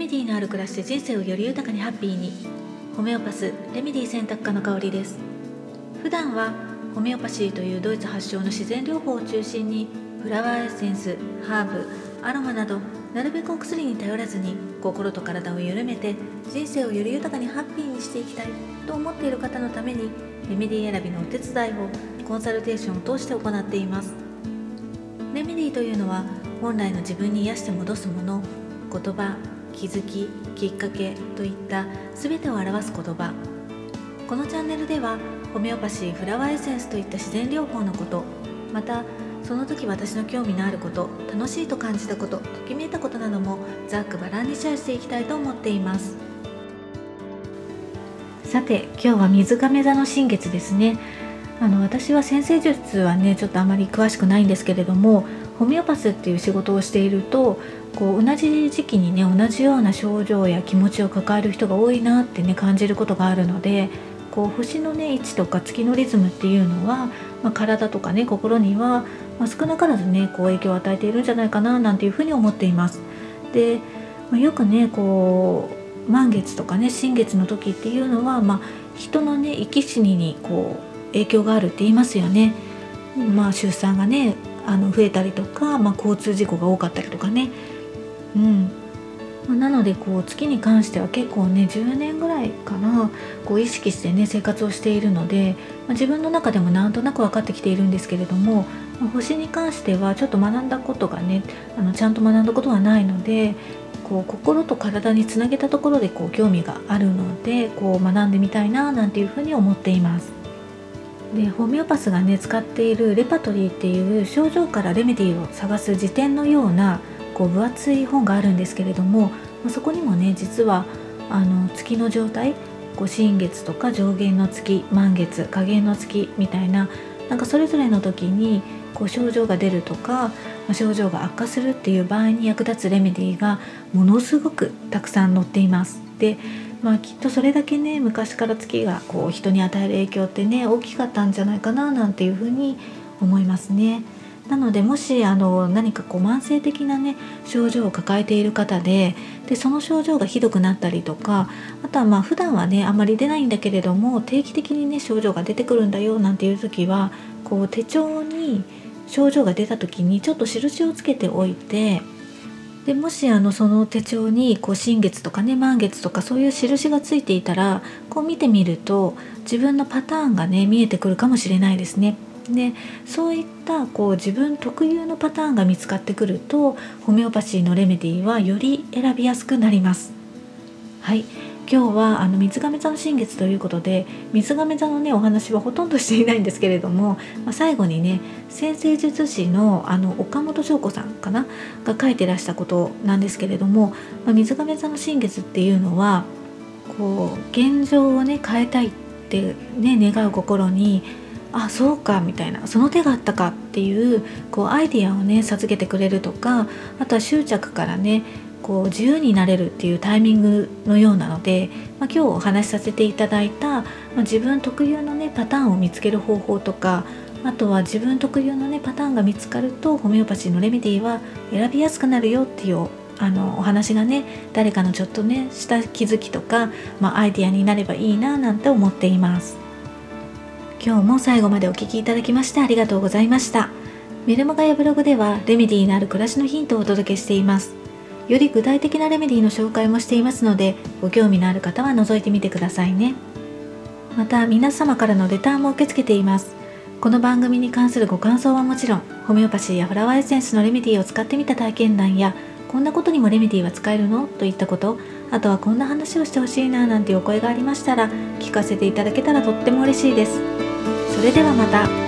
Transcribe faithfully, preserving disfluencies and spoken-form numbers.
メディーのある暮らしで人生をより豊かにハッピーに。ホメオパスレメディ選択科の香りです。普段はホメオパシーというドイツ発祥の自然療法を中心にフラワーエッセンス、ハーブ、アロマなどなるべくお薬に頼らずに心と体を緩めて人生をより豊かにハッピーにしていきたいと思っている方のためにレメディ選びのお手伝いをコンサルテーションを通して行っています。レメディというのは本来の自分に癒して戻すもの、言葉、気づき、きっかけといった全てを表す言葉。このチャンネルではホメオパシー、フラワーエッセンスといった自然療法のこと、またその時私の興味のあること、楽しいと感じたこと、ときめいたことなどもざっくばらんにシェアしていきたいと思っています。さて、今日は水亀座の新月ですね。あの私は占星術はねちょっとあまり詳しくないんですけれども、ホメオパスっていう仕事をしているとこう同じ時期にね同じような症状や気持ちを抱える人が多いなってね感じることがあるので、こう星のね位置とか月のリズムっていうのは、まあ、体とかね心には、まあ、少なからずねこう影響を与えているんじゃないかななんていうふうに思っています。で、まあ、よくねこう満月とかね新月の時っていうのは、まあ、人のね生き死ににこう影響があるって言いますよね。まあ出産がねあの増えたりとか、まあ、交通事故が多かったりとかね、うんまあ、なのでこう月に関しては結構ねじゅうねんぐらいかなこう意識してね生活をしているので、まあ、自分の中でもなんとなく分かってきているんですけれども、まあ、星に関してはちょっと学んだことがねあのちゃんと学んだことはないので、こう心と体につなげたところでこう興味があるのでこう学んでみたいななんていうふうに思っています。でホメオパスがね使っているレパトリーっていう症状からレメディーを探す辞典のようなこう分厚い本があるんですけれども、そこにもね実はあの月の状態、こう新月とか上限の月、満月、下限の月みたいな、なんかそれぞれの時にこう症状が出るとか、まあ、症状が悪化するっていう場合に役立つレメディーがものすごくたくさん載っています。でまあ、きっとそれだけね昔から月がこう人に与える影響ってね大きかったんじゃないかななんていうふうに思いますね。なのでもしあの何かこう慢性的なね症状を抱えている方で、でその症状がひどくなったりとか、あとはまあ普段はねあんまり出ないんだけれども定期的にね症状が出てくるんだよなんていう時は、こう手帳に症状が出た時にちょっと印をつけておいて、でもしあのその手帳にこう新月とかね満月とかそういう印がついていたら、こう見てみると自分のパターンがね見えてくるかもしれないですね。でそういったこう自分特有のパターンが見つかってくると、ホメオパシーのレメディーはより選びやすくなります。はい、今日はあの水亀座の新月ということで、水亀座のねお話はほとんどしていないんですけれども、まあ、最後にね占星術師のあの岡本翔子さんかなが書いてらしたことなんですけれども、まあ、水亀座の新月っていうのはこう現状をね変えたいってね願う心に、あそうかみたいな、その手があったかっていうこうアイディアをね授けてくれるとか、あとは執着からねこう自由になれるっていうタイミングのようなので、まあ、今日お話しさせていただいた、まあ、自分特有のねパターンを見つける方法とか、あとは自分特有のねパターンが見つかるとホメオパシーのレメディーは選びやすくなるよっていうあのお話がね誰かのちょっとねした気づきとか、まあ、アイディアになればいいななんて思っています。今日も最後までお聞きいただきましてありがとうございました。メルマガやブログではレメディーのある暮らしのヒントをお届けしています。より具体的なレメディーの紹介もしていますので、ご興味のある方は覗いてみてくださいね。また皆様からのレターも受け付けています。この番組に関するご感想はもちろん、ホメオパシーやフラワーエッセンスのレメディーを使ってみた体験談や、こんなことにもレメディーは使えるのといったこと、あとはこんな話をしてほしいななんていうお声がありましたら聞かせていただけたらとっても嬉しいです。それではまた。